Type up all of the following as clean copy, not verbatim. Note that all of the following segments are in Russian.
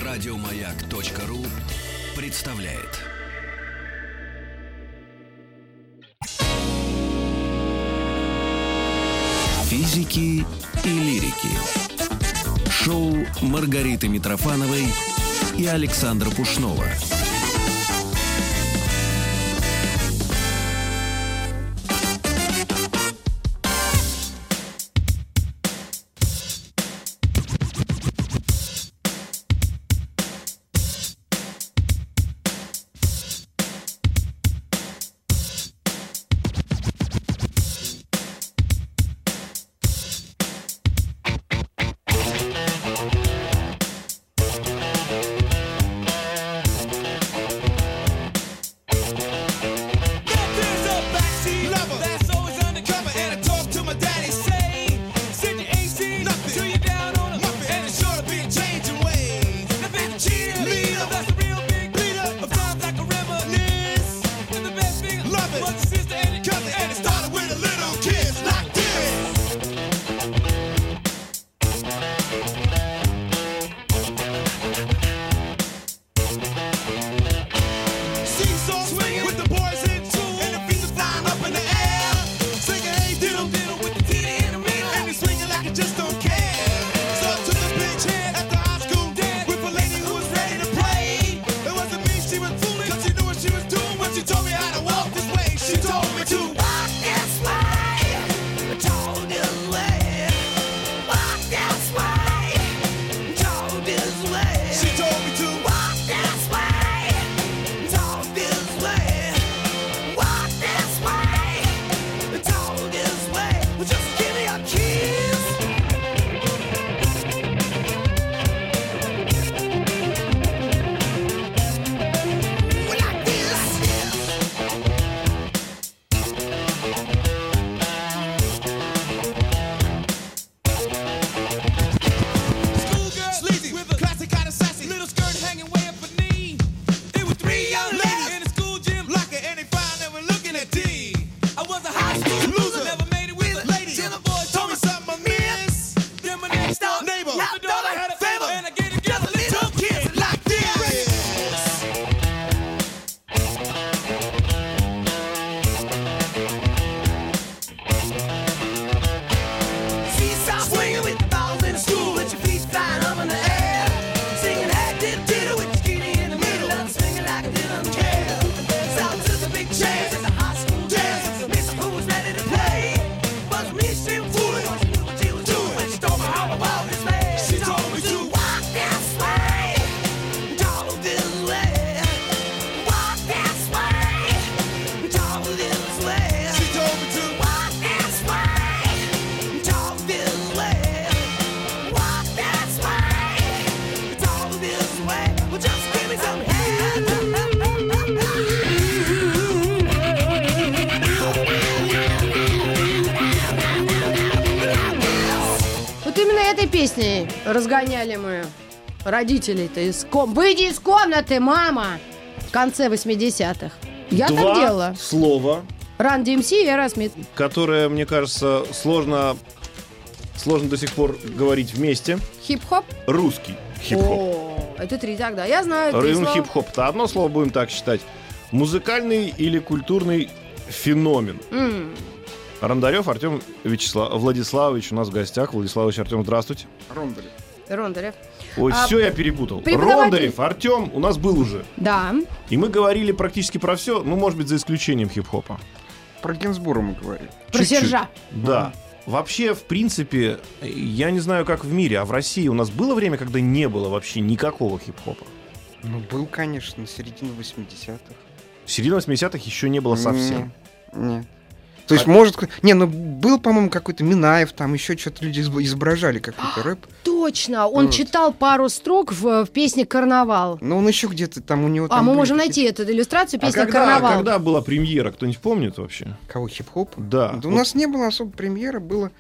Радиомаяк.ру представляет. Физики и лирики. Шоу Маргариты Митрофановой и Александра Пушнова. Песней разгоняли мы родителей-то из «Выйди из комнаты, мама!» в конце 80-х. Я так делала. Слова. Run DMC и Aerosmith. Которое, мне кажется, сложно до сих пор говорить вместе. Хип-хоп? Русский хип-хоп. О, это три тогда. Я знаю. Район хип-хоп-то одно слово будем так считать. Музыкальный или культурный феномен. Рондарев Артем Владиславович у нас в гостях. Владиславович, Артем, здравствуйте. Рондарев. Ой, все я перепутал. Рондарев Артем у нас был уже. Да. И мы говорили практически про все, ну, может быть, за исключением хип-хопа. Про Гинзбура мы говорили. Про Сержа. Да. Вообще, в принципе, я не знаю, как в мире, а в России у нас было время, когда не было вообще никакого хип-хопа? Ну, был, конечно, середина 80-х. Середина 80-х еще не было совсем. Нет. То есть, может... Не, ну, был, по-моему, какой-то Минаев, там еще что-то люди изображали, какой-то рэп. Точно! Он читал пару строк в песне «Карнавал». Ну, он еще где-то там у него... Там мы можем найти эту иллюстрацию, песня «Карнавал». Когда была премьера, кто-нибудь помнит вообще? Кого, хип-хоп? Да. У нас не было особо премьеры,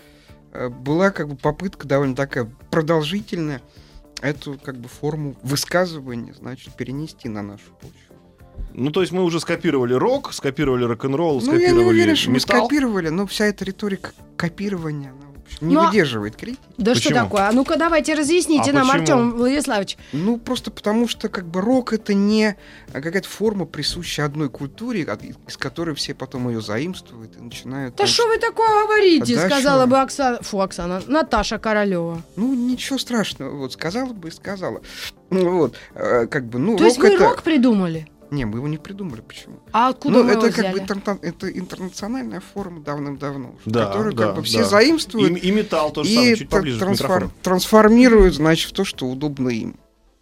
была как бы попытка довольно такая продолжительная эту как бы форму высказывания, значит, перенести на нашу почву. Ну, то есть мы уже скопировали рок, скопировали рок-н-ролл, ну, скопировали я не уверен, что мы металл. скопировали, но вся эта риторика копирования, она, в Не Ну, выдерживает критики. Да Почему? что такое? А ну-ка давайте разъясните А нам, почему? Артем Владиславович. Ну, просто потому что как бы рок — это не какая-то форма, присущая одной культуре, из которой все потом ее заимствуют и начинают... Да что вы такое говорите, Да сказала чё? бы Оксана, Наташа Королева. Ну, ничего страшного, вот, сказала бы и сказала. Ну, вот, как бы, ну, То есть вы это... рок придумали? Не, мы его не придумали, почему? А откуда Ну, мы его это как взяли? бы это интернациональная форма давным-давно, Да, которую да, как бы да. все заимствуют И металл тоже самое, и чуть поближе к микрофону. трансформируют, значит, в то, что удобно им.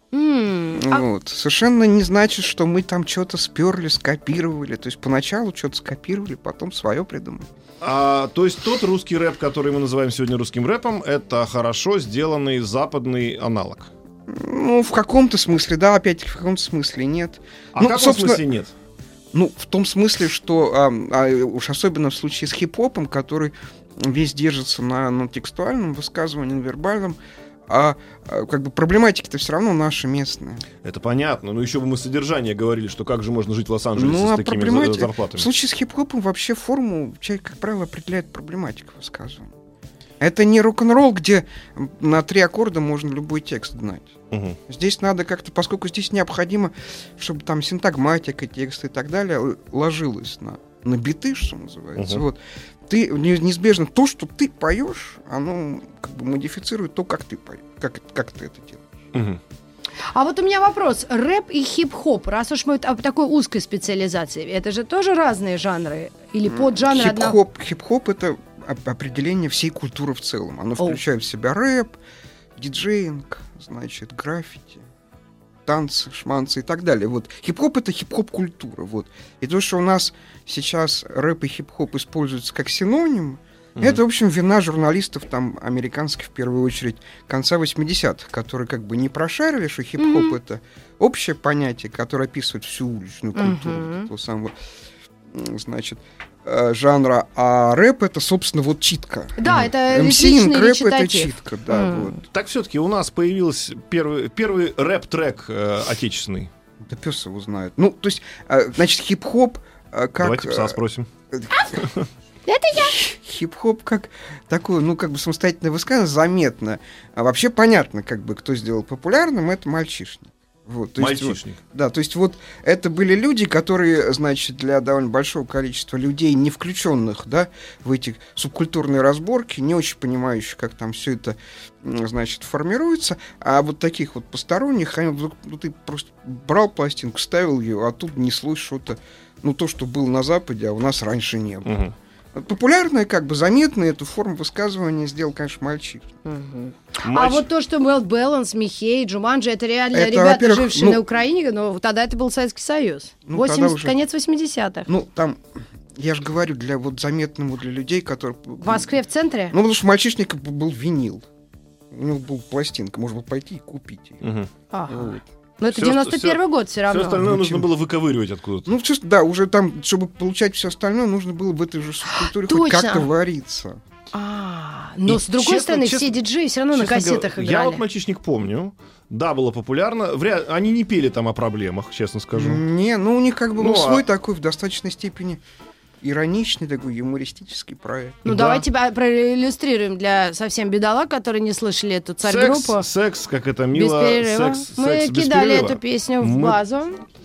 А Вот. Совершенно не значит, что мы там что-то сперли, скопировали. То есть поначалу что-то скопировали, потом свое придумали. То есть тот русский рэп, который мы называем сегодня русским рэпом, это хорошо сделанный западный аналог. Ну, в каком-то смысле, да, опять-таки, в каком-то смысле нет. А Ну, в каком собственно, смысле нет? Ну, в том смысле, что уж особенно в случае с хип-хопом, который весь держится на текстуальном высказывании, на вербальном, как бы проблематика-то все равно наша местная. Это понятно, но еще бы мы содержание говорили, что как же можно жить в Лос-Анджелесе Ну, с а такими проблематика... зарплатами. В случае с хип-хопом вообще форму, как правило, определяет проблематика высказывания. Это не рок-н-ролл, где на 3 аккорда можно любой текст знать. Мгм. Здесь надо как-то, поскольку здесь необходимо, чтобы там синтагматика, тексты и так далее ложилось на биты, что называется. Мгм. Вот. Ты неизбежно то, что ты поешь, оно как бы модифицирует то, как ты поешь, как ты это делаешь. Мгм. А вот у меня вопрос. Рэп и хип-хоп, раз уж мы в такой узкой специализации, это же тоже разные жанры? Или поджанры одного? Хип-хоп — это определение всей культуры в целом. Оно включает в себя рэп, диджеинг, значит, граффити, танцы, шманцы и так далее. Вот. Хип-хоп — это хип-хоп-культура. Вот. И то, что у нас сейчас рэп и хип-хоп используются как синоним, это, в общем, вина журналистов там американских, в первую очередь, конца 80-х, которые как бы не прошарили, что хип-хоп — это общее понятие, которое описывает всю уличную культуру вот этого самого, значит, жанра, а рэп — это, собственно, вот читка. Да, это МСинг, личный рэп — это речитатив. читка, да, вот. Так все-таки у нас появился первый рэп-трек отечественный. Да пес его знает. Ну, то есть, значит, хип-хоп как... Давайте пса спросим. Это я. Хип-хоп как такое, ну, как бы самостоятельное высказывание, заметно. А вообще понятно, как бы, кто сделал популярным, это мальчишник. Вот, то есть, Мальчишник. вот, да, то есть вот это были люди, которые, значит, для довольно большого количества людей, не включенных, да, в эти субкультурные разборки, не очень понимающих, как там все это, значит, формируется, а вот таких вот посторонних, они, ну, ты просто брал пластинку, ставил ее, а тут неслось что-то, ну, то, что было на Западе, а у нас раньше не было. Мгм. Популярная, как бы заметная эту форму высказывания сделал, конечно, мальчик. А вот то, что Wild Balance, Михей, Джуманджи, это реально Это, ребята, во-первых, жившие ну, на Украине, но тогда это был Советский Союз. Ну, тогда уже- Конец 80-х. Ну, там, я же говорю, для вот заметному для людей, которые... В Москве в центре? Ну, потому что у мальчишника был винил. У него была пластинка, можно было пойти и купить ее. Мгм. Ага. Вот. Но это Всё, 91-й год все Все равно. остальное нужно Почему? было выковыривать откуда-то. Ну, честно, да, уже там, чтобы получать все остальное, нужно было в этой же субкультуре хоть Точно. как-то вариться. Но И с другой честно- стороны, честно- все диджеи все равно на Честно кассетах говоря, играли. Я вот «Мальчишник» помню. Да, было популярно. Они не пели там о проблемах, честно скажу. Не, ну, у них как бы Ну, был свой а- такой в достаточной степени ироничный такой юмористический проект. Ну, Да. давайте проиллюстрируем для совсем бедолаг, которые не слышали эту царь-группу. Секс, как это Без мило. перерыва. Мы секс без кидали перерыва. эту песню в Мы- базу.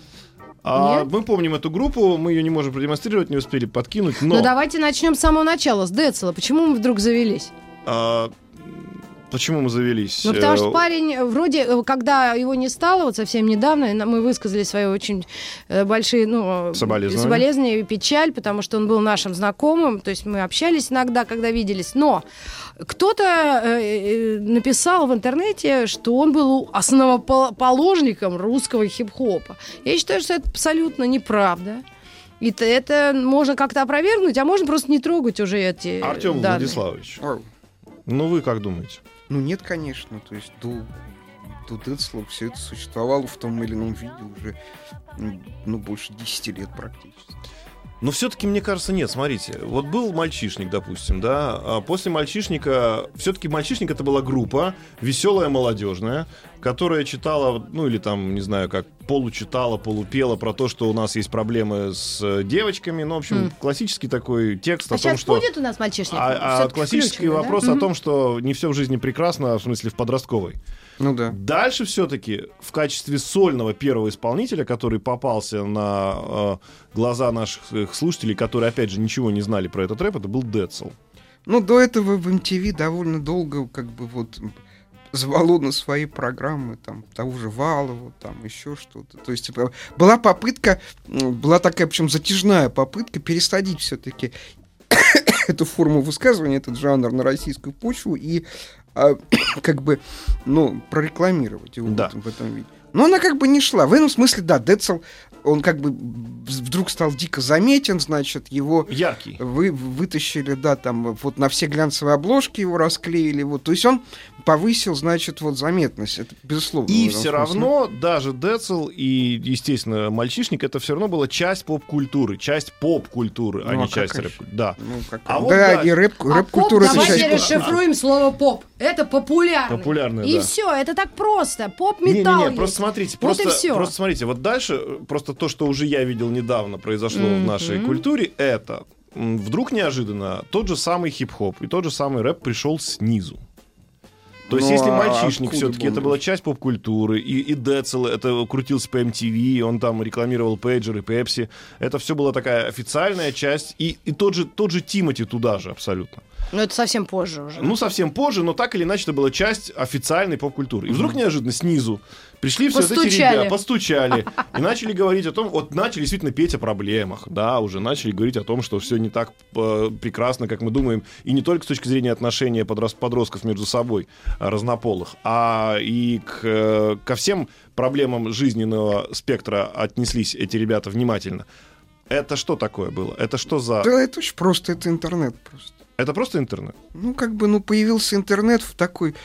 Нет? Мы помним эту группу, мы ее не можем продемонстрировать, не успели подкинуть, но... Ну, давайте начнем с самого начала, с Децела. Почему мы вдруг завелись? а, Почему мы завелись? Ну, потому что парень, вроде, когда его не стало, вот совсем недавно, мы высказали свои очень большие, соболезнования и печаль, потому что он был нашим знакомым, то есть мы общались иногда, когда виделись, но кто-то написал в интернете, что он был основоположником русского хип-хопа. Я считаю, что это абсолютно неправда. И это можно как-то опровергнуть, а можно просто не трогать уже эти Артем данные. Владиславович, Ой, ну вы как думаете? ну, нет, конечно. То есть до Децла все это существовало в том или ином виде уже, ну, больше 10 лет практически. Но все-таки, мне кажется, нет, смотрите. Вот был «Мальчишник», допустим, да. А после «Мальчишника», все-таки «Мальчишник» — это была группа, веселая, молодежная, которая читала, ну или там, не знаю, как получитала, полупела про то, что у нас есть проблемы с девочками. Ну, в общем, классический такой текст о том, что... будет у нас мальчишник? Классический вопрос о том, что не все в жизни прекрасно, в смысле в подростковой. Ну да. Дальше все-таки в качестве сольного первого исполнителя, который попался на глаза наших слушателей, которые, опять же, ничего не знали про этот рэп, это был Децл. Ну, до этого в MTV довольно долго как бы вот звало на свои программы, там, того же Валова, там, еще что-то. То есть была попытка, была такая, причем затяжная попытка пересадить все-таки эту форму высказывания, этот жанр на российскую почву и как бы, ну, прорекламировать его в этом виде. Но она как бы не шла. В этом смысле, да, Децл, он как бы вдруг стал дико заметен, значит, его... Яркий. Вытащили, да, там, вот на все глянцевые обложки его расклеили, вот. То есть он повысил, значит, вот заметность, это безусловно. И все равно даже Децл и, естественно, мальчишник, это все равно была часть поп-культуры, а не часть рэп-культуры. Да. Ну, да, и рэп-культура... Давайте расшифруем слово поп. Это популярный. Популярный, и все, это так просто. Поп-металл. Не, просто смотрите, вот просто смотрите, вот дальше просто то, что уже я видел недавно, произошло в нашей культуре, это вдруг неожиданно тот же самый хип-хоп и тот же самый рэп пришел снизу. То есть, если мальчишник все-таки это была часть поп-культуры, и Децл это крутился по MTV, он там рекламировал пейджеры, Пепси, это все была такая официальная часть, и тот же Тимати туда же абсолютно. Ну, это совсем позже уже. Ну, совсем позже, но так или иначе это была часть официальной поп-культуры. И вдруг неожиданно снизу пришли все эти ребята, постучали и начали говорить о том, вот начали действительно петь о проблемах, да, уже начали говорить о том, что все не так прекрасно, как мы думаем, и не только с точки зрения отношения подростков между собой разнополых, а и ко всем проблемам жизненного спектра отнеслись эти ребята внимательно. Это что такое было? Это что за... Да, это очень просто, это интернет просто. Это просто интернет? Ну, как бы, появился интернет с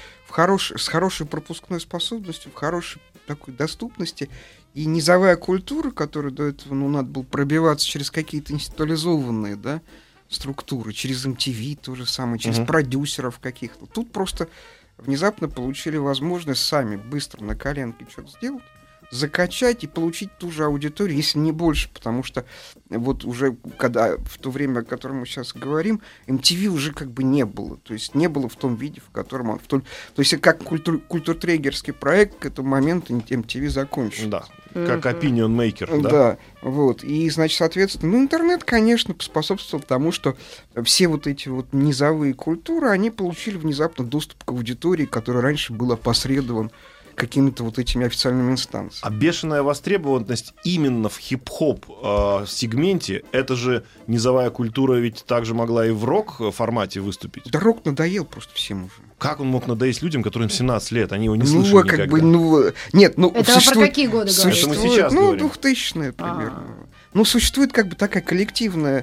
хорошей пропускной способностью, в хорошей такой доступности. И низовая культура, которая до этого, надо было пробиваться через какие-то институализованные, да, структуры, через MTV то же самое, через продюсеров каких-то. Тут просто внезапно получили возможность сами быстро на коленке что-то сделать, закачать и получить ту же аудиторию, если не больше, потому что вот уже когда в то время, о котором мы сейчас говорим, MTV уже как бы не было, то есть не было в том виде, в котором он... То есть как культуртрегерский проект к этому моменту MTV закончился. Да, как opinion maker. Да, вот, и, значит, соответственно, интернет, конечно, поспособствовал тому, что все вот эти вот низовые культуры, они получили внезапно доступ к аудитории, который раньше был опосредован какими-то вот этими официальными инстанциями. А бешеная востребованность именно в хип-хоп сегменте, это же низовая культура ведь также могла и в рок-формате выступить. Да рок надоел просто всем уже. Как он мог надоесть людям, которым 17 лет? Они его не слышали никогда. Нет, это про какие годы говорят? Это мы сейчас говорим. 2000-е примерно. Существует как бы такая коллективное,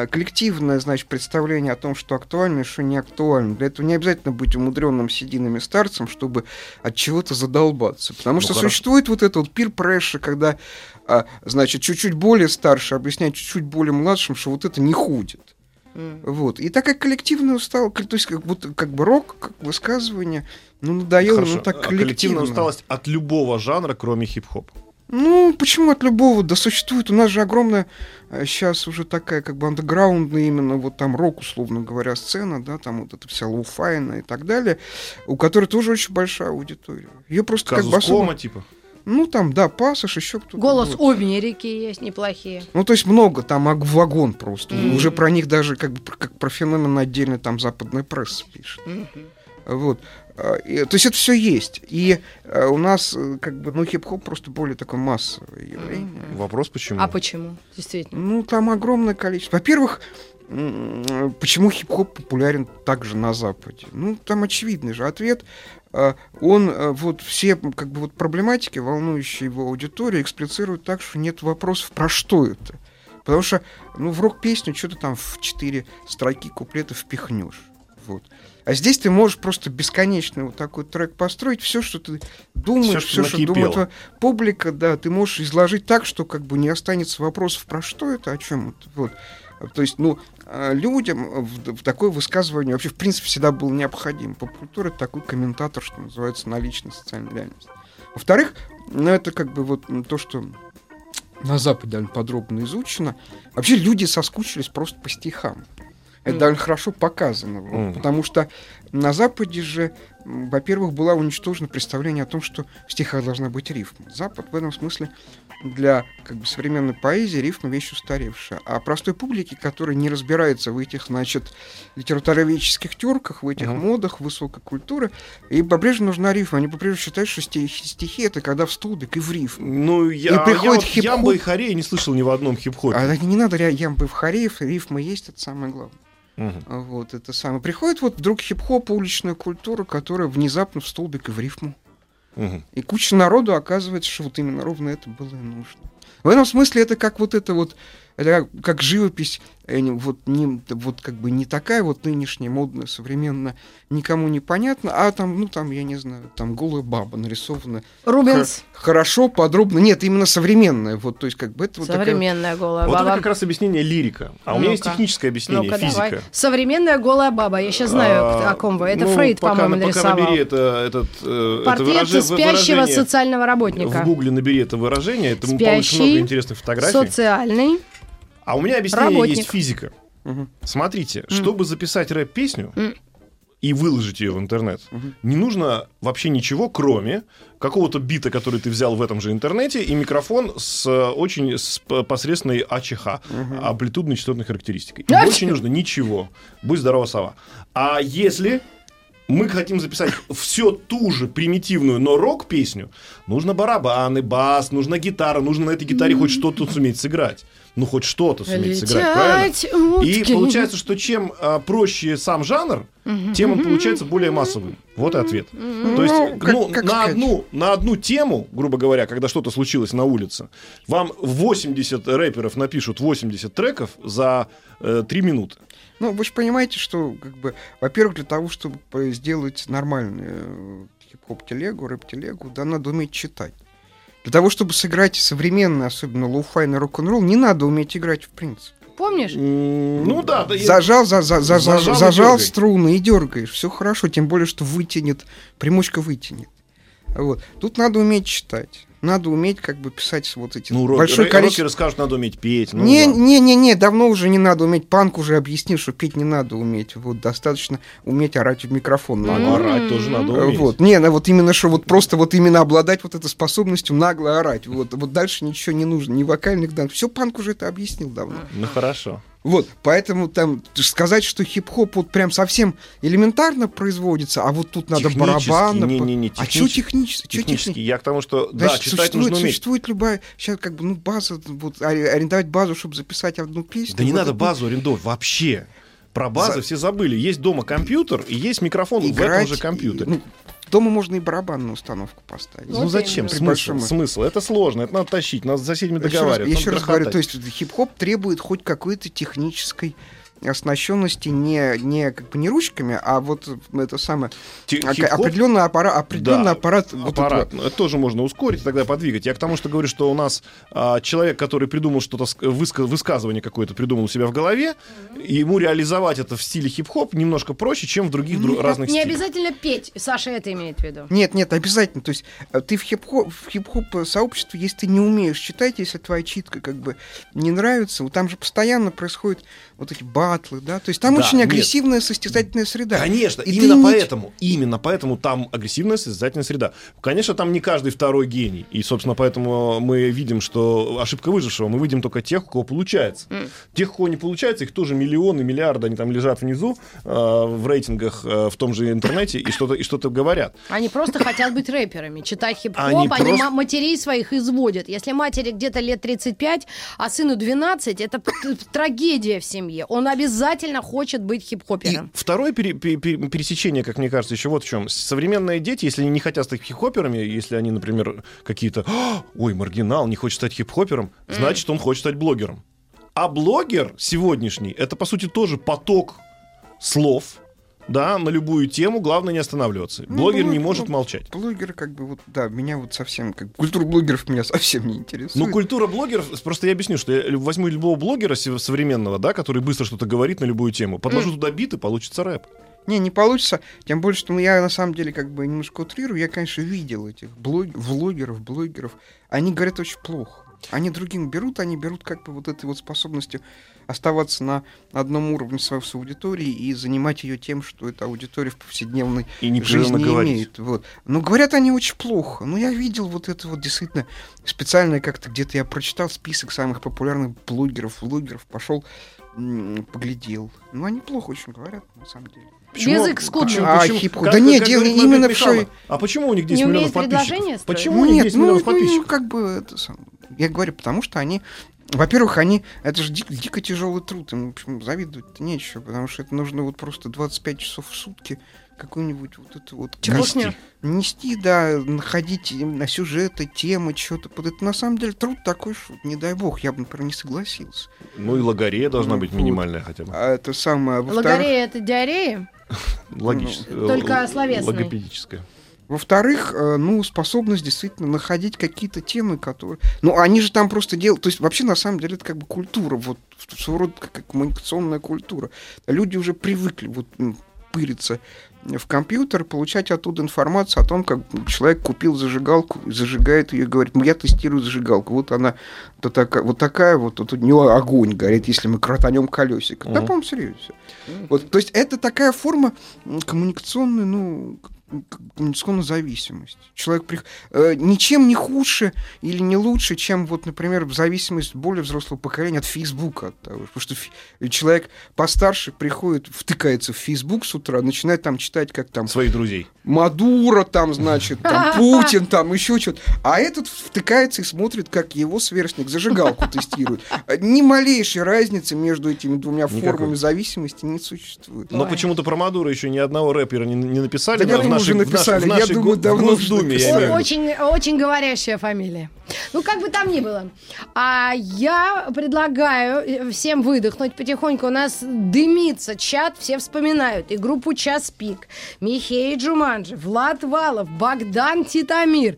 значит, представление о том, что актуально и что не актуально. Для этого не обязательно быть умудренным сединами старцем, чтобы от чего-то задолбаться. Потому что существует вот это вот peer-pressure, когда, значит, чуть-чуть более старше объясняет чуть-чуть более младшим, что вот это не ходит. Вот. И такая коллективная усталость, то есть как бы рок, как высказывание, надоело, так коллективно. Коллективная усталость от любого жанра, кроме хип-хопа. Почему от любого? Да существует. У нас же огромная сейчас уже такая как бы андеграундная именно вот там рок, условно говоря, сцена, да, там вот эта вся лоу-файна и так далее, у которой тоже очень большая аудитория. Ее просто как бы особо... типа? Там, да, Пассаж, еще кто-то. Голос Америки есть неплохие. То есть много, там вагон просто. Уже про них даже как бы как про феномен отдельно там западная пресса пишет. Вот. То есть это все есть. И у нас как бы хип-хоп просто более такое массовое явление. Вопрос почему? А почему? Действительно. Там огромное количество. Во-первых, почему хип-хоп популярен также на Западе? Там очевидный же ответ. Он вот все как бы вот проблематики, волнующие его аудиторию, эксплицирует так, что нет вопросов, про что это. Потому что в рок-песню что-то там в 4 строки куплетов впихнешь. Вот. А здесь ты можешь просто бесконечный вот такой трек построить, все, что ты думаешь, все, что думает твоя публика, да, ты можешь изложить так, что как бы не останется вопросов, про что это, о чем это. Вот. То есть, людям в такое высказывание вообще, в принципе, всегда было необходимо. Поп-культура — это такой комментатор, что называется, на личной социальной реальности. Во-вторых, это как бы вот то, что на Западе довольно подробно изучено. Вообще люди соскучились просто по стихам. Это довольно хорошо показано. Потому что на Западе же, во-первых, было уничтожено представление о том, что в стихах должна быть рифма. Запад в этом смысле для как бы современной поэзии рифма вещь устаревшая. А простой публике, которая не разбирается в этих, литературоведческих терках, в этих модах высокой культуры, и по-прежнему нужна рифма. Они по-прежнему считают, что стихи — это когда в столбик и в рифму. Ямба и Хорея не слышал ни в одном хип-хопе. Не надо Ямба и Хореев, рифма есть, это самое главное. Вот это самое. Приходит вдруг хип-хоп, уличная культура, которая внезапно в столбик и в рифму. И куча народу оказывается, что вот именно ровно это было и нужно. В этом смысле это как это как живопись, как бы не такая вот нынешняя, модная, современная, никому не понятно, а там, я не знаю, там голая баба нарисована. Рубенс. Хорошо, подробно. Нет, именно современная. То есть как бы это современная голая баба. Вот это как раз объяснение лирика. А у меня есть техническое объяснение, физика. Давай. Современная голая баба. Я сейчас знаю, о ком вы. Это Фрейд, по-моему, нарисовал. Пока набери портрет спящего социального работника. В Гугле набери это выражение. Это получишь много интересных фотографий. Социальный. А у меня объяснение есть физика. Смотрите, чтобы записать рэп-песню и выложить ее в интернет, не нужно вообще ничего, кроме какого-то бита, который ты взял в этом же интернете, и микрофон с очень посредственной АЧХ, амплитудной частотной характеристикой. И больше не нужно ничего. Будь здорова, сова. А если мы хотим записать всю ту же примитивную, но рок-песню, нужно барабаны, бас, нужна гитара, нужно на этой гитаре хоть что-то суметь сыграть. Хоть что-то суметь сыграть, правильно? Утки. И получается, что чем проще сам жанр, тем он получается более массовым. Вот и ответ. То есть, на одну тему, грубо говоря, когда что-то случилось на улице, вам 80 рэперов напишут 80 треков за 3 минуты. Вы же понимаете, что, во-первых, для того, чтобы сделать нормальную хип-хоп-телегу, рэп-телегу, надо уметь читать. Для того, чтобы сыграть современный, особенно лоу-файный рок-н-ролл, не надо уметь играть в принципе. Помнишь? Да. Зажал струны и дергаешь. Все хорошо, тем более, что примочка вытянет. Тут надо уметь читать. Надо уметь писать вот эти большое количество... Рокеры скажут, надо уметь петь. Не, давно уже не надо уметь. Панк уже объяснил, что петь не надо уметь. Достаточно уметь орать в микрофон. Орать тоже надо уметь. Именно, что просто именно обладать этой способностью нагло орать. Дальше ничего не нужно, ни вокальных данных. Все, Панк уже это объяснил давно. Хорошо. Поэтому сказать, что хип-хоп прям совсем элементарно производится, а тут надо барабаны. А что технически? Я к тому, что читать нужно уметь. Существует любая сейчас база, арендовать базу, чтобы записать одну песню. Да не надо базу арендовать вообще. Про базы все забыли. Есть дома компьютер и есть микрофон в этом же компьютере. Дома можно и барабанную установку поставить. Зачем? Смысл? Это сложно, это надо тащить, надо с соседями договариваться. Еще раз говорю, то есть хип-хоп требует хоть какой-то технической оснащенности не ручками, а это самое определенный аппарат. Аппарат. Это тоже можно ускорить, тогда подвигать. Я к тому, что говорю, что у нас человек, который придумал что-то, высказывание какое-то придумал у себя в голове, ему реализовать это в стиле хип-хоп немножко проще, чем в других разных стилях. Не обязательно петь. Саша это имеет в виду. Нет, обязательно. То есть ты в хип-хоп сообществе, если ты не умеешь читать, если твоя читка не нравится, там же постоянно происходят эти батлы, да, то есть там очень агрессивная состязательная среда. Конечно, именно поэтому там агрессивная состязательная среда. Конечно, там не каждый второй гений, и, собственно, поэтому мы видим, что ошибка выжившего, мы видим только тех, у кого получается. Тех, у кого не получается, их тоже миллионы, миллиарды, они там лежат внизу в рейтингах в том же интернете и что-то говорят. Они просто хотят быть рэперами, читать хип-хоп, они матерей своих изводят. Если матери где-то лет 35, а сыну 12, это трагедия в семье. Он обязательно хочет быть хип-хопером. И второе пересечение, как мне кажется, еще вот в чем. Современные дети, если они не хотят стать хип-хоперами, если они, например, какие-то маргинал, не хочет стать хип-хопером, значит, он хочет стать блогером. А блогер сегодняшний — это, по сути, тоже поток слов, да, на любую тему, главное не останавливаться. Блогер не может молчать. Блогеры, как бы, вот, да, меня вот совсем, культура блогеров меня совсем не интересует. Ну, культура блогеров, просто я объясню, что я возьму любого блогера современного, да, который быстро что-то говорит на любую тему, подложу туда бит, и получится рэп. Не получится. Тем более, что я на самом деле как бы немножко утрирую. Я, конечно, видел этих блогеров. Они говорят очень плохо. Они другим берут, как бы вот этой вот способностью оставаться на одном уровне своей аудитории и занимать ее тем, что эта аудитория в повседневной жизни имеет. Вот. Но говорят они очень плохо. Но я видел вот это вот действительно специально как-то где-то я прочитал список самых популярных блогеров, пошел, поглядел. Ну, они плохо очень говорят, на самом деле. Почему? Язык скудный. Да нет, дело именно в шоу. А почему у них 10 миллионов подписчиков? Почему у них 10 миллионов подписчиков? Как бы это я говорю, потому что они, во-первых, это же дико тяжелый труд, им, в общем, завидовать-то нечего, потому что это нужно вот просто 25 часов в сутки какую-нибудь вот эту вот нести, да, находить на сюжеты, темы, что-то. Это на самом деле труд такой, что, не дай бог, я бы, например, не согласился. Ну и логорея должна быть минимальная хотя бы. А это самое... Логорея — это диарея? Логическая. Только словесная. Логопедическая. Во-вторых, способность действительно находить какие-то темы, которые... они же там просто делают... То есть, вообще, на самом деле, это как бы культура, вот, своего рода как коммуникационная культура. Люди уже привыкли вот пыриться в компьютер, получать оттуда информацию о том, как человек купил зажигалку, зажигает ее и говорит, я тестирую зажигалку, вот она вот такая, вот тут у нее огонь горит, если мы крутанем колесико. Да, по-моему, серьезно. Вот, то есть, это такая форма коммуникационной, коммуникационная зависимость. Человек ничем не хуже или не лучше, чем, вот, например, зависимость более взрослого поколения от Фейсбука. От того, потому что человек постарше приходит, втыкается в Фейсбук с утра, начинает там читать, как там... Своих друзей. Мадуро, там, значит, там, Путин, там, еще что-то. А этот втыкается и смотрит, как его сверстник зажигалку тестирует. Ни малейшей разницы между этими двумя формами зависимости не существует. Но почему-то про Мадуро еще ни одного рэпера не написали. Уже написали, я думаю, давно в Госдуме. Очень говорящая фамилия. Ну, как бы там ни было. А я предлагаю всем выдохнуть потихоньку. У нас дымится чат, все вспоминают. И группу «Час пик», Михей Джуманджи, Влад Валов, Богдан Титамир,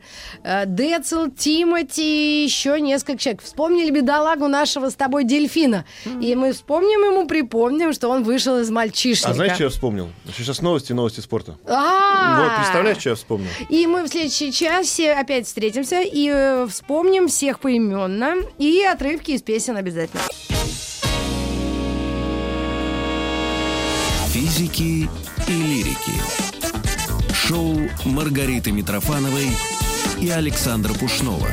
Децл, Тимати, еще несколько человек. Вспомнили бедолагу нашего с тобой дельфина. И мы припомним, что он вышел из мальчишника. А знаешь, что я вспомнил? Сейчас новости спорта. Вот, представляешь, что я вспомнил? И мы в следующем часе опять встретимся и вспомним всех поименно и отрывки из песен обязательно. Физики и лирики. Шоу Маргариты Митрофановой и Александра Пушнова.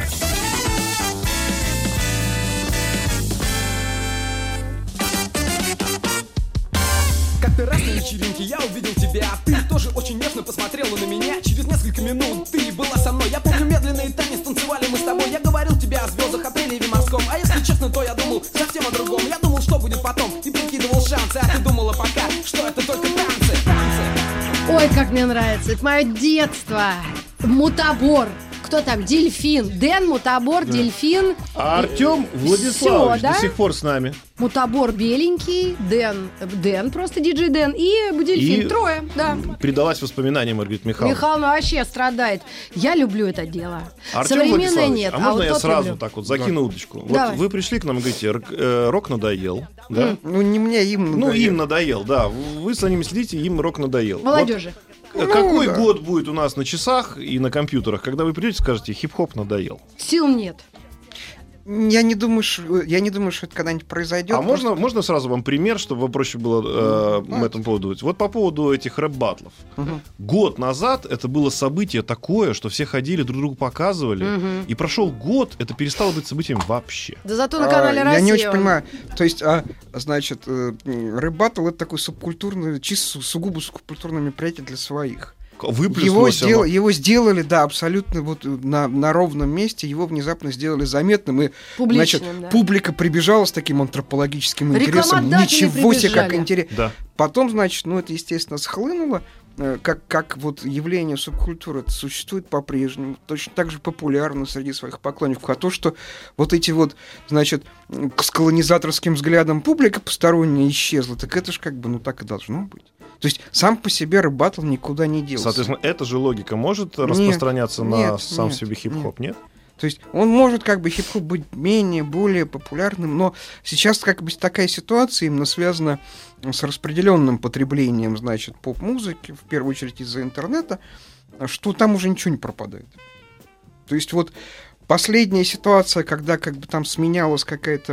Как-то раз на вечеринке я увидел тебя. Ты тоже очень нежно посмотрела на меня. Через несколько минут ты была со мной. Я помню медленный танец, танцевали мы с тобой. Я говорил тебе о звездах, о приливе морском. А если честно, то я думал совсем о другом. Я думал, что будет потом, и прикидывал шансы. А ты думала пока, что это только танцы. Ой, как мне нравится. Это мое детство. Мутабор. Кто там? Дельфин. Дэн, Мутабор, да. Дельфин. А Артем Владиславович до сих пор с нами. Мутабор беленький, Дэн просто диджей Дэн и Дельфин. Трое, да. Предалась воспоминаниям Маргарита Михайловна. Михайловна вообще страдает. Я люблю это дело. Артем современное нет. А можно я сразу так вот закину удочку? Вот вы пришли к нам и говорите, рок надоел. Да? Ну, не мне, им надоел. Ну, им надоел, да. Вы за ними следите, им рок надоел. Молодежи. Какой год будет у нас на часах и на компьютерах, когда вы придете и скажете, хип-хоп надоел? Сил нет. Я не думаю, что это когда-нибудь произойдет. А можно сразу вам пример, чтобы проще было по этому поводу говорить? Вот по поводу этих рэп-баттлов. Год назад это было событие такое, что все ходили, друг другу показывали. И прошел год, это перестало быть событием вообще. Да зато на канале Россия. Я не очень понимаю. То есть, значит, рэп-баттл — это такой субкультурный, чисто сугубо субкультурное мероприятие для своих. Его сделали, да, абсолютно вот на ровном месте, его внезапно сделали заметным, и значит, публика прибежала с таким антропологическим интересом. Ничего себе, как интересно. Да. Потом, значит, это, естественно, схлынуло, как вот явление субкультуры, это существует по-прежнему, точно так же популярно среди своих поклонников. А то, что вот эти вот, значит, с колонизаторским взглядом публика посторонняя исчезла, так это же как бы, так и должно быть. То есть сам по себе рэп-баттл никуда не делся. Соответственно, эта же логика может распространяться на сам себе хип-хоп, нет? То есть он может как бы хип-хоп быть более популярным, но сейчас как бы такая ситуация именно связана с распределенным потреблением, значит, поп-музыки, в первую очередь из-за интернета, что там уже ничего не пропадает. То есть вот последняя ситуация, когда как бы там сменялась какая-то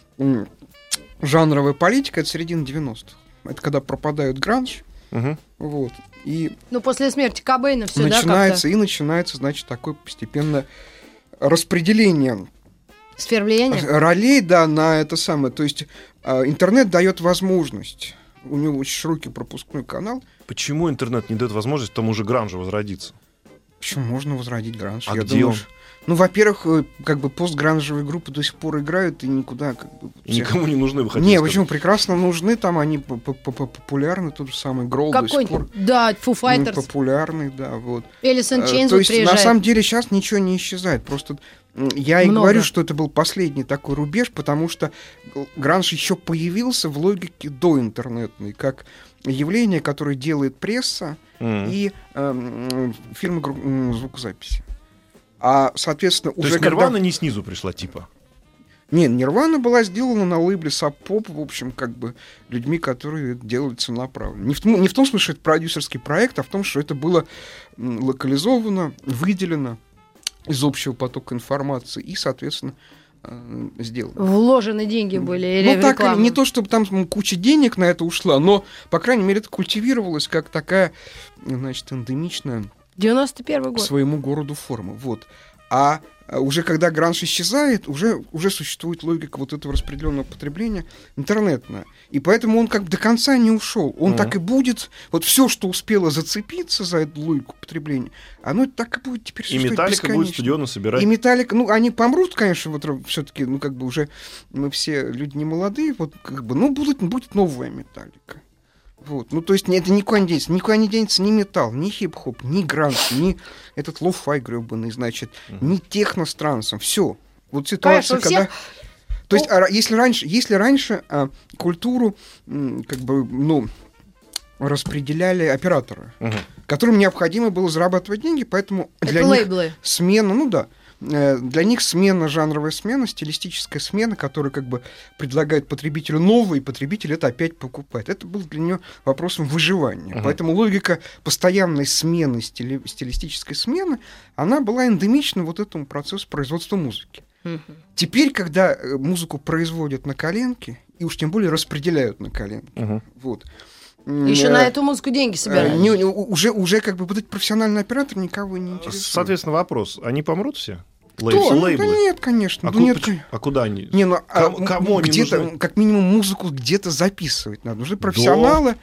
жанровая политика, это середина 90-х. Это когда пропадают гранж, вот, и... Ну, после смерти Кобейна все, начинается, значит, такое постепенное распределение сфер влияния? Ролей, да, на это самое. То есть интернет дает возможность, у него очень широкий пропускной канал. Почему интернет не дает возможность тому же гранжу возродиться? Почему можно возродить гранж? А где он? Ну, во-первых, как бы постгранжевые группы до сих пор играют и никуда как бы... Никому не нужны, вы хотите сказать? Не, почему? Прекрасно нужны, там они популярны, тот же самый Гроул до сих пор. Да, Foo Fighters. Популярный, да, вот. Alice in Chains то есть, приезжает. На самом деле, сейчас ничего не исчезает, просто... Я и говорю, что это был последний такой рубеж, потому что гранж еще появился в логике доинтернетной, как явление, которое делает пресса и фирмы звукозаписи. А, соответственно, то есть Нирвана не снизу пришла, типа? Нет, Нирвана была сделана на лейбле Sub Pop, в общем, как бы людьми, которые делают целенаправленно. Не в том смысле, что это продюсерский проект, а в том, что это было локализовано, выделено из общего потока информации и, соответственно, сделано. Вложены деньги были или в рекламу? Так, не то, чтобы там куча денег на это ушла, но, по крайней мере, это культивировалось как такая, значит, эндемичная 91 год. Своему городу форма. Вот. А уже когда гранж исчезает, уже существует логика вот этого распределенного потребления интернетная. И поэтому он как бы до конца не ушел. Он так и будет. Вот все, что успело зацепиться за эту логику потребления, оно так и будет теперь существовать бесконечно. И Металлика будет стадионы собирать. И Металлика, ну, они помрут, конечно, вот все-таки, ну, как бы уже мы все люди не молодые, вот как бы, ну, будет новая Металлика. Вот. Ну, то есть это никуда не денется ни металл, ни хип-хоп, ни гранж, ни этот лоу-фай гребаный, значит, ни техно с трансом. Все. Вот ситуация, конечно, когда... То есть, если раньше культуру, как бы, ну, распределяли операторы, которым необходимо было зарабатывать деньги, поэтому для них лейблы. Смена, ну да, для них смена, жанровая смена, стилистическая смена, которая как бы предлагает потребителю новое, и потребитель это опять покупает. Это был для нее вопросом выживания. Поэтому логика постоянной смены, стилистической смены, она была эндемична вот этому процессу производства музыки. Теперь, когда музыку производят на коленке, и уж тем более распределяют на коленке, вот, еще на эту музыку деньги собирают. Уже как бы вот этот профессиональный оператор никого не интересует. Соответственно, вопрос. Они помрут все? Лейблы? Да нет, конечно. А куда они? Не, ну, кому они где-то, нужны? как минимум, музыку где-то записывать надо. Нужны профессионалы.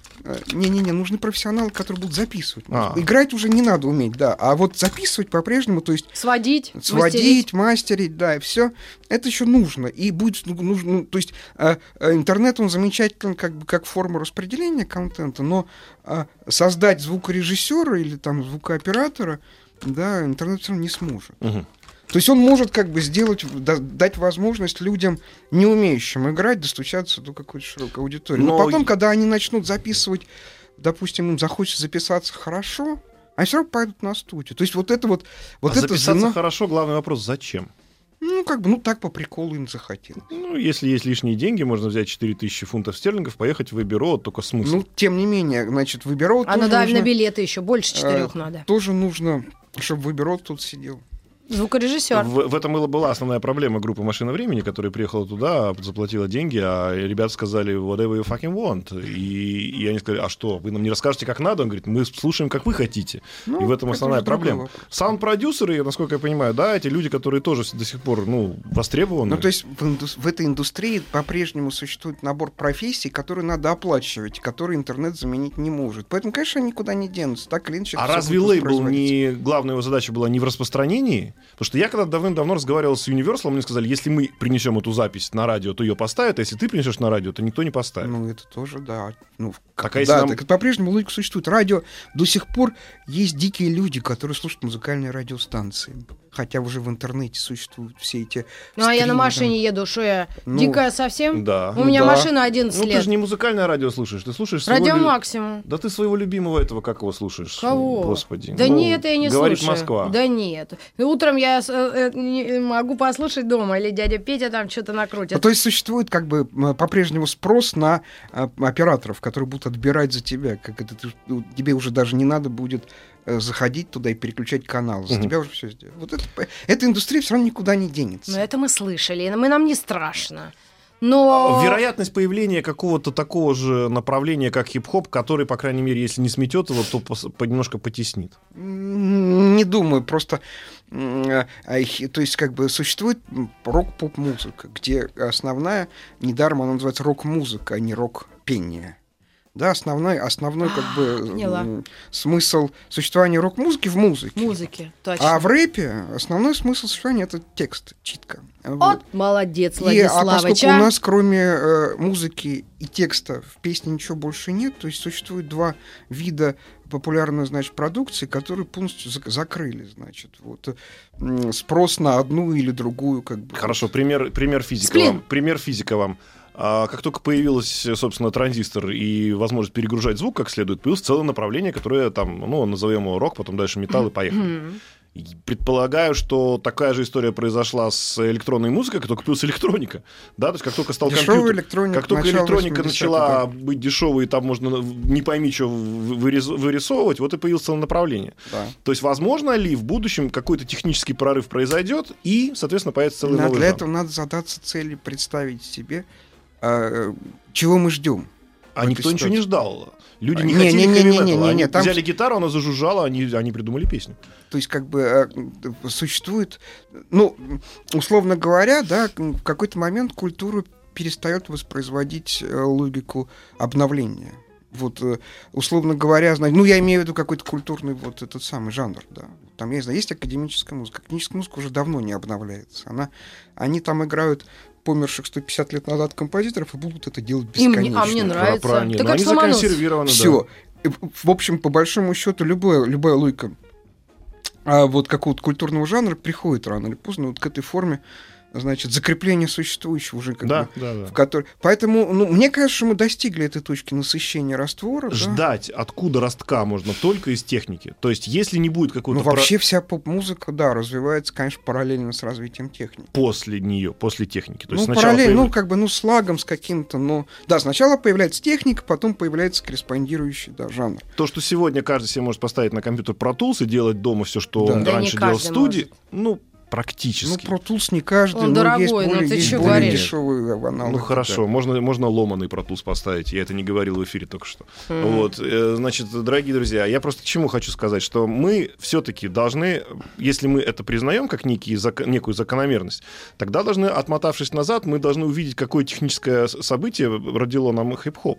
Нужны профессионалы, которые будут записывать музыку. Играть уже не надо уметь, да. А вот записывать по-прежнему, то есть... Сводить, мастерить, да, и все. Это еще нужно. И будет нужно... То есть интернет, он замечателен как форма распределения контента, но создать звукорежиссера или там звукооператора, да, интернет все равно не сможет. То есть он может как бы дать возможность людям, не умеющим играть, достучаться до какой-то широкой аудитории. Но потом, когда они начнут записывать, допустим, им захочется записаться хорошо, они все равно пойдут на студию. То есть вот это вот... это записаться хорошо, главный вопрос, зачем? Ну, как бы, ну, так по приколу им захотелось. Ну, если есть лишние деньги, можно взять 4000 фунтов стерлингов, поехать в Выберу, только смысл. Ну, тем не менее, значит, Выберу... А на билеты еще больше 4 надо. Тоже нужно, чтобы Выберу тут сидел. Звукорежиссер. В этом была основная проблема группы «Машина времени», которая приехала туда, заплатила деньги, а ребята сказали «whatever you fucking want». И они сказали: а что, вы нам не расскажете, как надо? Он говорит: мы слушаем, как вы хотите. И в этом основная проблема. Саунд-продюсеры, насколько я понимаю, да, эти люди, которые тоже до сих пор, востребованы. Ну, то есть в этой индустрии по-прежнему существует набор профессий, которые надо оплачивать, которые интернет заменить не может. Поэтому, конечно, они никуда не денутся. Так или иначе. А разве лейбл главная его задача была не в распространении Потому что я когда давным-давно разговаривал с Universal, мне сказали, если мы принесем эту запись на радио, то ее поставят, а если ты принесешь на радио, то никто не поставит. Ну, это тоже, да. Ну, так по-прежнему логика существует. Радио до сих пор есть дикие люди, которые слушают музыкальные радиостанции. Хотя уже в интернете существуют все эти... Ну, а я на машине еду, что я дикая совсем? Да. У меня машина 11 лет. Ну, ты же не музыкальное радио слушаешь, ты слушаешь... Радио Максимум. Да ты своего любимого этого, как его слушаешь? Кого? Господи. Да нет, я не говорит слушаю. Москва. Да нет. Утром я могу послушать дома, или дядя Петя там что-то накрутит. Ну, то есть существует как бы по-прежнему спрос на операторов, которые будут отбирать за тебя. Как это, тебе уже даже не надо будет заходить туда и переключать канал. За тебя уже все сделано. Вот эта индустрия все равно никуда не денется. Но это мы слышали, нам не страшно. Но... Вероятность появления какого-то такого же направления, как хип-хоп, который, по крайней мере, если не сметет его, то немножко потеснит. Не думаю, просто... То есть, как бы, существует рок-поп-музыка, где основная, недаром она называется рок-музыка, а не рок-пение. Да, основной как бы смысл существования рок-музыки в музыке. Музыке, точно. А в рэпе основной смысл существования — это текст, читка. Вот. Молодец, Владиславович. А поскольку у нас кроме музыки и текста в песне ничего больше нет, то есть существует два вида популярной, значит, продукции, которые полностью закрыли, значит, вот спрос на одну или другую, как бы. Хорошо, пример физика вам. Как только появился, собственно, транзистор и возможность перегружать звук как следует, появилось целое направление, которое там, назовем его рок, потом дальше металл, и поехали. Предполагаю, что такая же история произошла с электронной музыкой, как только появилась электроника. Да? То есть как только стал компьютер, как только электроника начала быть дешевой, и там можно не пойми, что вырисовывать, вот и появилось целое направление. Да. То есть возможно ли в будущем какой-то технический прорыв произойдет, и, соответственно, появится целый новый Для жанр? этого надо задаться целью, представить себе, чего мы ждем. А никто ничего не ждал. Люди не хотели хэви-металла. Они взяли гитару, она зажужжала, они придумали песню. То есть, как бы, существует... условно говоря, да, в какой-то момент культура перестает воспроизводить логику обновления. Вот, условно говоря, я имею в виду какой-то культурный вот этот самый жанр, да. Там, я не знаю, есть академическая музыка. Академическая музыка уже давно не обновляется. Они там играют померших 150 лет назад композиторов и будут это делать бесконечно. А мне нравится. Они законсервированы. Все. Да. В общем, по большому счету, любая логика вот какого-то культурного жанра приходит рано или поздно вот к этой форме, значит, закрепление существующего уже в которой. Поэтому, мне кажется, что мы достигли этой точки насыщения раствора. Ждать откуда ростка можно только из техники. То есть, если не будет какого-то... вообще вся поп-музыка, развивается, конечно, параллельно с развитием техники. После техники. То есть параллельно, с лагом, с каким-то, сначала появляется техника, потом появляется корреспондирующий, жанр. То, что сегодня каждый себе может поставить на компьютер Pro Tools и делать дома все, что он раньше делал в студии, практически. Pro Tools не каждый, он дорогой, есть более дешевый аналог. Хорошо, можно ломаный Pro Tools поставить. Я это не говорил в эфире только что. Вот, значит, дорогие друзья, я просто к чему хочу сказать, что мы все-таки должны, если мы это признаем как некую закономерность, тогда должны, отмотавшись назад, мы должны увидеть, какое техническое событие родило нам хип-хоп.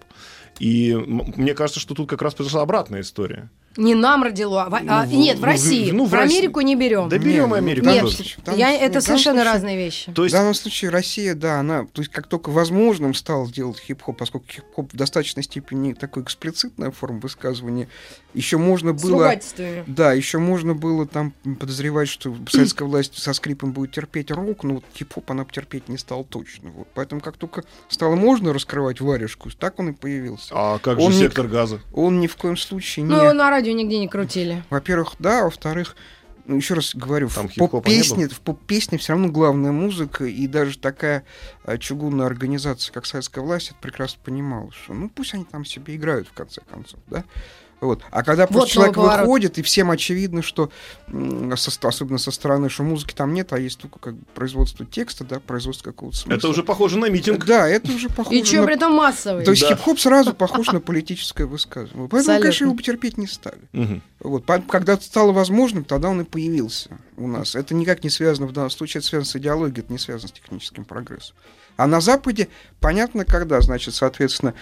И мне кажется, что тут как раз произошла обратная история. Не нам родило, нет, в России. В Америку не берем. Да берем Америку. Нет, это совершенно разные вещи. В данном случае Россия, она, то есть как только возможным стал делать хип-хоп, поскольку хип-хоп в достаточной степени такой эксплицитная форма высказывания, еще можно было... еще можно было там подозревать, что советская власть со скрипом будет терпеть рок, но хип-хоп она терпеть не стала точно. Вот. Поэтому как только стало можно раскрывать варежку, так он и появился. А как же сектор газа? Он ни в коем случае не... на радио нигде не крутили. Во-первых, да, во-вторых, еще раз говорю, в поп-песне все равно главная музыка, и даже такая чугунная организация, как советская власть, это прекрасно понимала, что пусть они там себе играют, в конце концов, да. Вот. А когда просто человек выходит, и всем очевидно, что, особенно со стороны, что музыки там нет, а есть только как бы производство текста, производство какого-то смысла. Это уже похоже на митинг. Да, это уже похоже и что при этом массовый. То есть хип-хоп сразу похож на политическое высказывание. Поэтому, конечно, его потерпеть не стали. Вот. Когда это стало возможным, тогда он и появился у нас. Это никак не связано, в данном случае, это связано с идеологией, это не связано с техническим прогрессом. А на Западе понятно когда, значит, соответственно,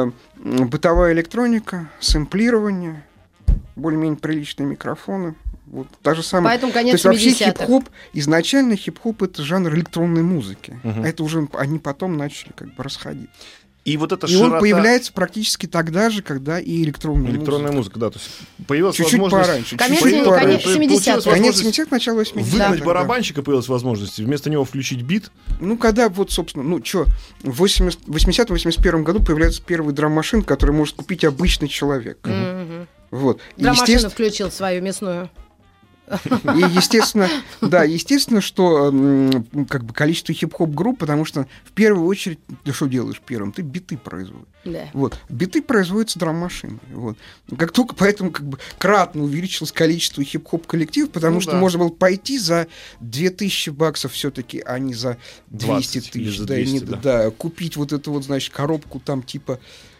бытовая электроника, сэмплирование, более-менее приличные микрофоны, Вот та же самая. Поэтому конец 70-х. То есть вообще хип-хоп, изначально хип-хоп — это жанр электронной музыки. А это уже они потом начали как бы расходить. И вот эта он появляется практически тогда же, когда и электронная музыка. Да, то есть появилась чуть-чуть возможность... Конец 70-х. Конец 70-х, начало 80-х. Выгнать барабанщика появилась возможность, вместо него включить бит. Ну, когда вот, собственно, в 80-81 году появляется первый драм-машин, который может купить обычный человек. Вот. Драм-машину включил свою мясную. И естественно, что как бы количество хип-хоп групп, потому что в первую очередь, ты что делаешь первым? Ты биты производишь. Да. Вот. Биты производятся драм-машиной. Вот. Как только поэтому как бы кратно увеличилось количество хип-хоп коллективов, потому что можно было пойти за $2000 все-таки, а не за 200 тысяч. Да, купить вот эту вот, значит, коробку там типа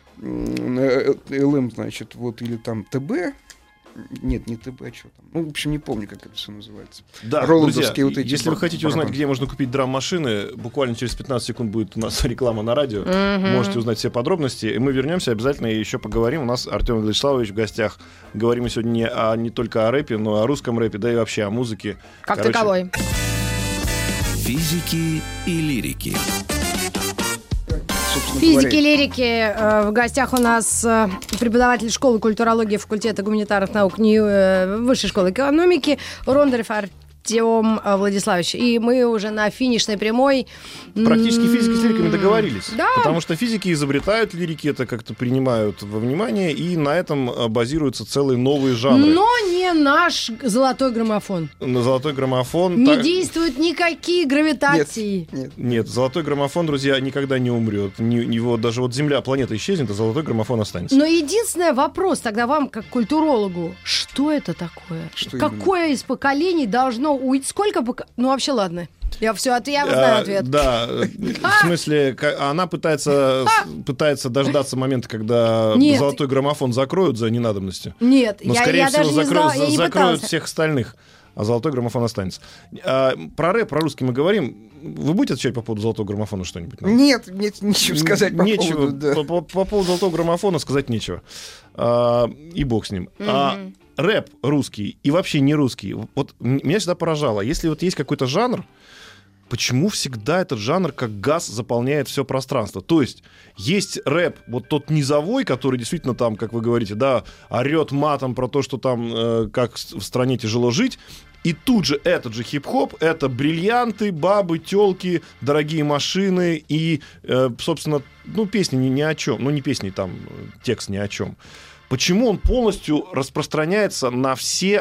ЛМ, значит, вот, или там ТБ. Нет, не ТБ, а что там? Ну, в общем, не помню, как это все называется. Да, друзья, вот эти если вы хотите узнать, где можно купить драм-машины, буквально через 15 секунд будет у нас реклама на радио. Можете узнать все подробности. И мы вернемся, обязательно еще поговорим. У нас Артем Владиславович в гостях. Говорим мы сегодня не только о рэпе, но и о русском рэпе, да и вообще о музыке. Как таковой. Физики и лирики. Физики, лирики. В гостях у нас преподаватель школы культурологии факультета гуманитарных наук Высшей школы экономики Рондарев Артем Владиславович. И мы уже на финишной прямой. Практически физики с лириками договорились. Да. Потому что физики изобретают лирики, это как-то принимают во внимание, и на этом базируются целые новые жанры. Но не наш золотой граммофон. На золотой граммофон... Не действуют никакие гравитации. Нет, золотой граммофон, друзья, никогда не умрет. Его даже вот Земля, планета исчезнет, а золотой граммофон останется. Но единственный вопрос тогда вам, как культурологу, что это такое? Какое из поколений должно уйти? Сколько Ну, вообще, ладно. Я знаю ответ. Да, в смысле, она пытается дождаться момента, когда золотой граммофон закроют за ненадобностью. Нет, но, скорее всего, закроют всех остальных, а золотой граммофон останется. Про рэп, про русский мы говорим. Вы будете отвечать по поводу золотого граммофона что-нибудь? Нет, нечего сказать по поводу. Да. По поводу золотого граммофона сказать нечего. И бог с ним. Рэп русский и вообще не русский. Вот меня всегда поражало. Если вот есть какой-то жанр, почему всегда этот жанр как газ заполняет все пространство? То есть рэп, вот тот низовой, который действительно там, как вы говорите, да, орет матом про то, что там как в стране тяжело жить. И тут же этот же хип-хоп — это бриллианты, бабы, тёлки, дорогие машины и, собственно, песни ни о чем. Ну, не песни, там, текст ни о чем. Почему он полностью распространяется на все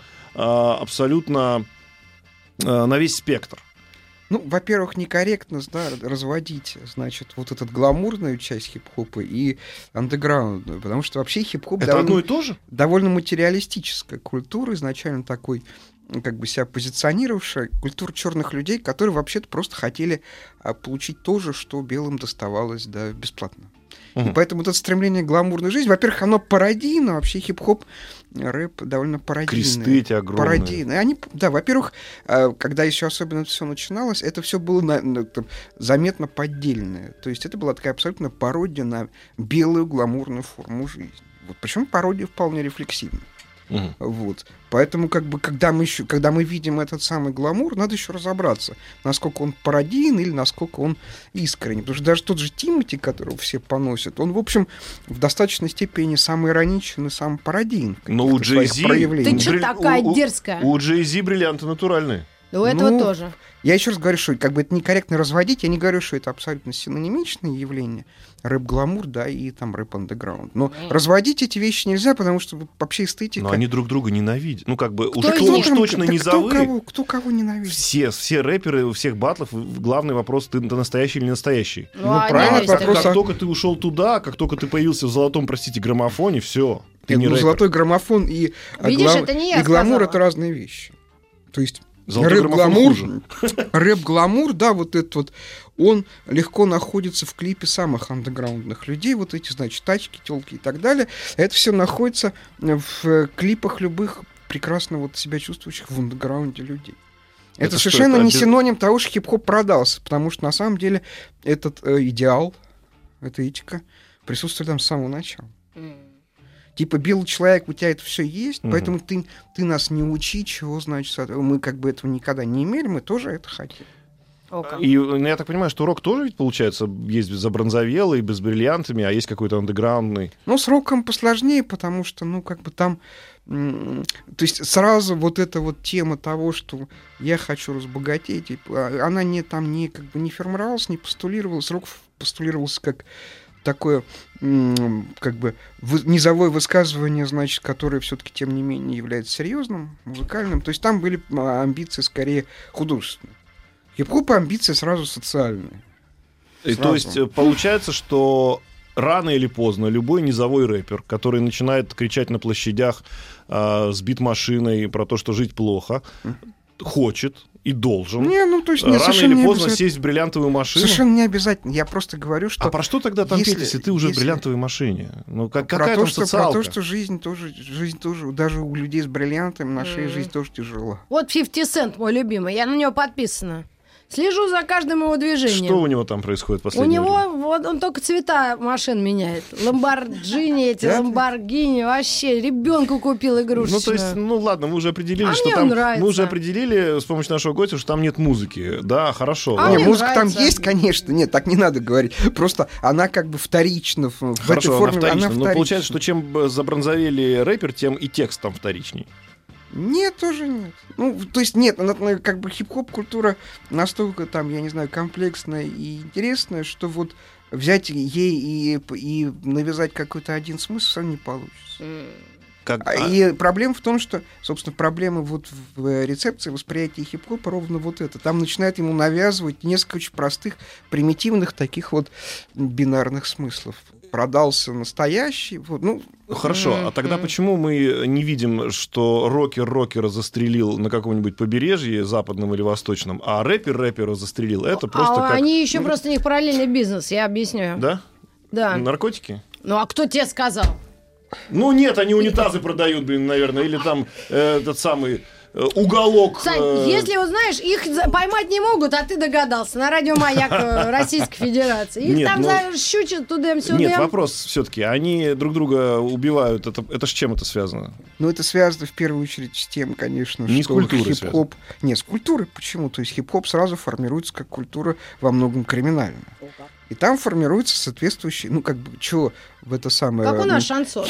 абсолютно, на весь спектр? Ну, во-первых, некорректно, разводить, значит, вот эту гламурную часть хип-хопа и андеграундную, потому что вообще хип-хоп одно и то же? Довольно материалистическая культура, изначально такой, как бы себя позиционировавшая, культура черных людей, которые вообще-то просто хотели получить то же, что белым доставалось, да, бесплатно. И поэтому вот это стремление к гламурной жизни, во-первых, оно пародийно, вообще хип-хоп, рэп довольно пародийный. Кресты эти огромные. Пародийные. Они, да, во-первых, когда еще особенно это все начиналось, это все было заметно поддельное. То есть это была такая абсолютно пародия на белую гламурную форму жизни. Вот, причем пародия вполне рефлексивная. Вот. Поэтому, как бы, когда мы видим этот самый гламур, надо еще разобраться, насколько он пародийный или насколько он искренний. Потому что даже тот же Тимати, которого все поносят, он, в общем, в достаточной степени самый ироничен и самый пародийный. Но у Джей-Зи... Ты что такая дерзкая? У Джей-Зи бриллианты натуральные. У этого тоже. Я еще раз говорю, что как бы это некорректно разводить. Я не говорю, что это абсолютно синонимичное явление. Рэп-гламур, да, и там рэп-андеграунд. Но разводить эти вещи нельзя, потому что вообще эстетика... Но они друг друга ненавидят. Ну, как бы, уже точно низовые. Кто кого ненавидит? Все рэперы, у всех батлов главный вопрос, ты настоящий или не настоящий. Правильно, вопрос. Как только ты ушел туда, как только ты появился в золотом, граммофоне, все. Золотой граммофон и гламур — это разные вещи. То есть рэп-гламур, да, вот этот вот, он легко находится в клипе самых андеграундных людей, вот эти, значит, тачки, тёлки и так далее. Это все находится в клипах любых прекрасно вот себя чувствующих в андеграунде людей. Это совершенно не синоним того, что хип-хоп продался, потому что на самом деле этот идеал, эта этика присутствует там с самого начала. Типа, белый человек, у тебя это все есть, поэтому ты нас не учи, чего, значит, мы как бы этого никогда не имели, мы тоже это хотим. И я так понимаю, что рок тоже ведь, получается, есть забронзовелый, без бриллиантами, а есть какой-то андеграундный. Ну, с роком посложнее, потому что, ну, как бы там... То есть сразу вот эта вот тема того, что я хочу разбогатеть, она как бы не формировалась, не постулировалась. Рок постулировался как такое как бы низовое высказывание, значит, которое все-таки, тем не менее, является серьезным, музыкальным. То есть там были амбиции скорее художественные. Хип-хоп амбиции сразу социальные. То есть получается, что рано или поздно любой низовой рэпер, который начинает кричать на площадях с бит-машиной про то, что жить плохо, хочет и должен рано или поздно сесть в бриллиантовую машину. Совершенно не обязательно. Я просто говорю, что... А про что тогда там петь, если ты уже в бриллиантовой машине? Ну, какая там социалка? Про то, что жизнь тоже, даже у людей с бриллиантами на шее жизнь тоже тяжела. Вот 50 Cent, мой любимый, я на него подписана. Слежу за каждым его движением. Что у него там происходит в последнее время? У него, вот он только цвета машин меняет. Ламборджини эти, Ламборгини, вообще, ребенку купил игрушечную. Ну, то есть, ладно, мы уже определили, что там... Мы уже определили с помощью нашего гостя, что там нет музыки. Да, хорошо. Музыка там есть, конечно. Нет, так не надо говорить. Просто она как бы вторична. Хорошо, она вторична. Но получается, что чем забронзовели рэпер, тем и текст там вторичней. Нет, тоже нет. Ну, то есть нет, как бы хип-хоп-культура настолько там, я не знаю, комплексная и интересная, что вот взять ей и навязать какой-то один смысл не получится. И проблема в том, что, собственно, проблема вот в рецепции восприятия хип-хопа ровно вот это. Там начинает ему навязывать несколько очень простых, примитивных таких вот бинарных смыслов. Продался настоящий. Вот, Хорошо, а тогда почему мы не видим, что рокер рокера застрелил на каком-нибудь побережье, западном или восточном, а рэпер рэпера застрелил? Это просто как... Они еще просто у них параллельный бизнес, я объясню. Да? Да. Наркотики? Ну, а кто тебе сказал? Ну, нет, они унитазы продают, наверное, или там этот самый... уголок. Сань, если узнаешь, их поймать не могут, а ты догадался. На радио «Маяк» Российской Федерации. Их там щучат тудем-сюдем. Нет, вопрос все-таки. Они друг друга убивают. Это с чем это связано? Ну, это связано в первую очередь с тем, конечно, не что хип-хоп... Нет, с культурой. Почему? То есть хип-хоп сразу формируется как культура во многом криминальная. И там формируется соответствующий, что в это самое... Как у нас шансон.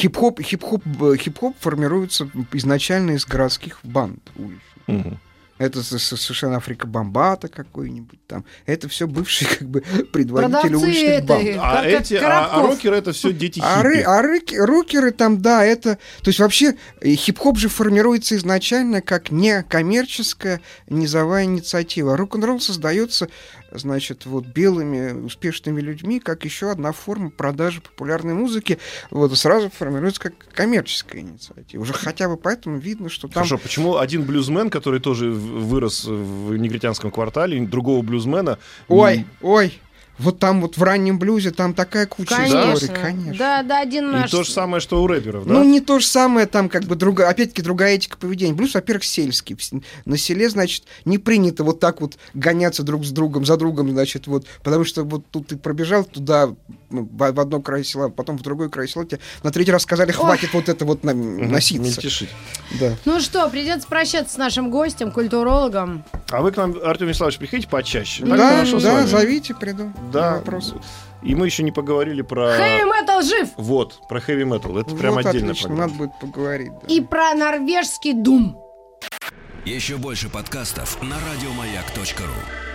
Хип-хоп формируется изначально из городских банд уличных. Угу. Это совершенно Африка Бомбата какой-нибудь там. Это все бывшие как бы предводители уличных банд. А рокеры это все дети хиппи. Рокеры там, да, это... То есть вообще хип-хоп же формируется изначально как некоммерческая низовая инициатива. Рок-н-ролл создается, значит, вот белыми успешными людьми как еще одна форма продажи популярной музыки. Вот, сразу формируется как коммерческая инициатива. Уже хотя бы поэтому видно, что там... Хорошо, почему один блюзмен, который тоже вырос в негритянском квартале, другого блюзмена... Ой, вот там вот в раннем блюзе там такая куча историй, конечно. Да, один наш... И то же самое, что у рэперов, да? Ну, не то же самое, там как бы опять-таки другая этика поведения. Блюз, во-первых, сельский. На селе, значит, не принято вот так вот гоняться друг с другом, за другом, значит, вот, потому что вот тут ты пробежал туда, в одно край села, потом в другой край села, тебе на третий раз сказали, хватит вот это вот носиться. Да. Ну что, придется прощаться с нашим гостем, культурологом. А вы к нам, Артем Вячеславович, приходите почаще. Да, зовите, приду. Да. Вопрос. И мы еще не поговорили про... Хэви-метал жив! Вот, про хэви-метал. Это прям отдельная программа. Надо будет поговорить. Да. И про норвежский дум. Еще больше подкастов на радиомаяк.ру.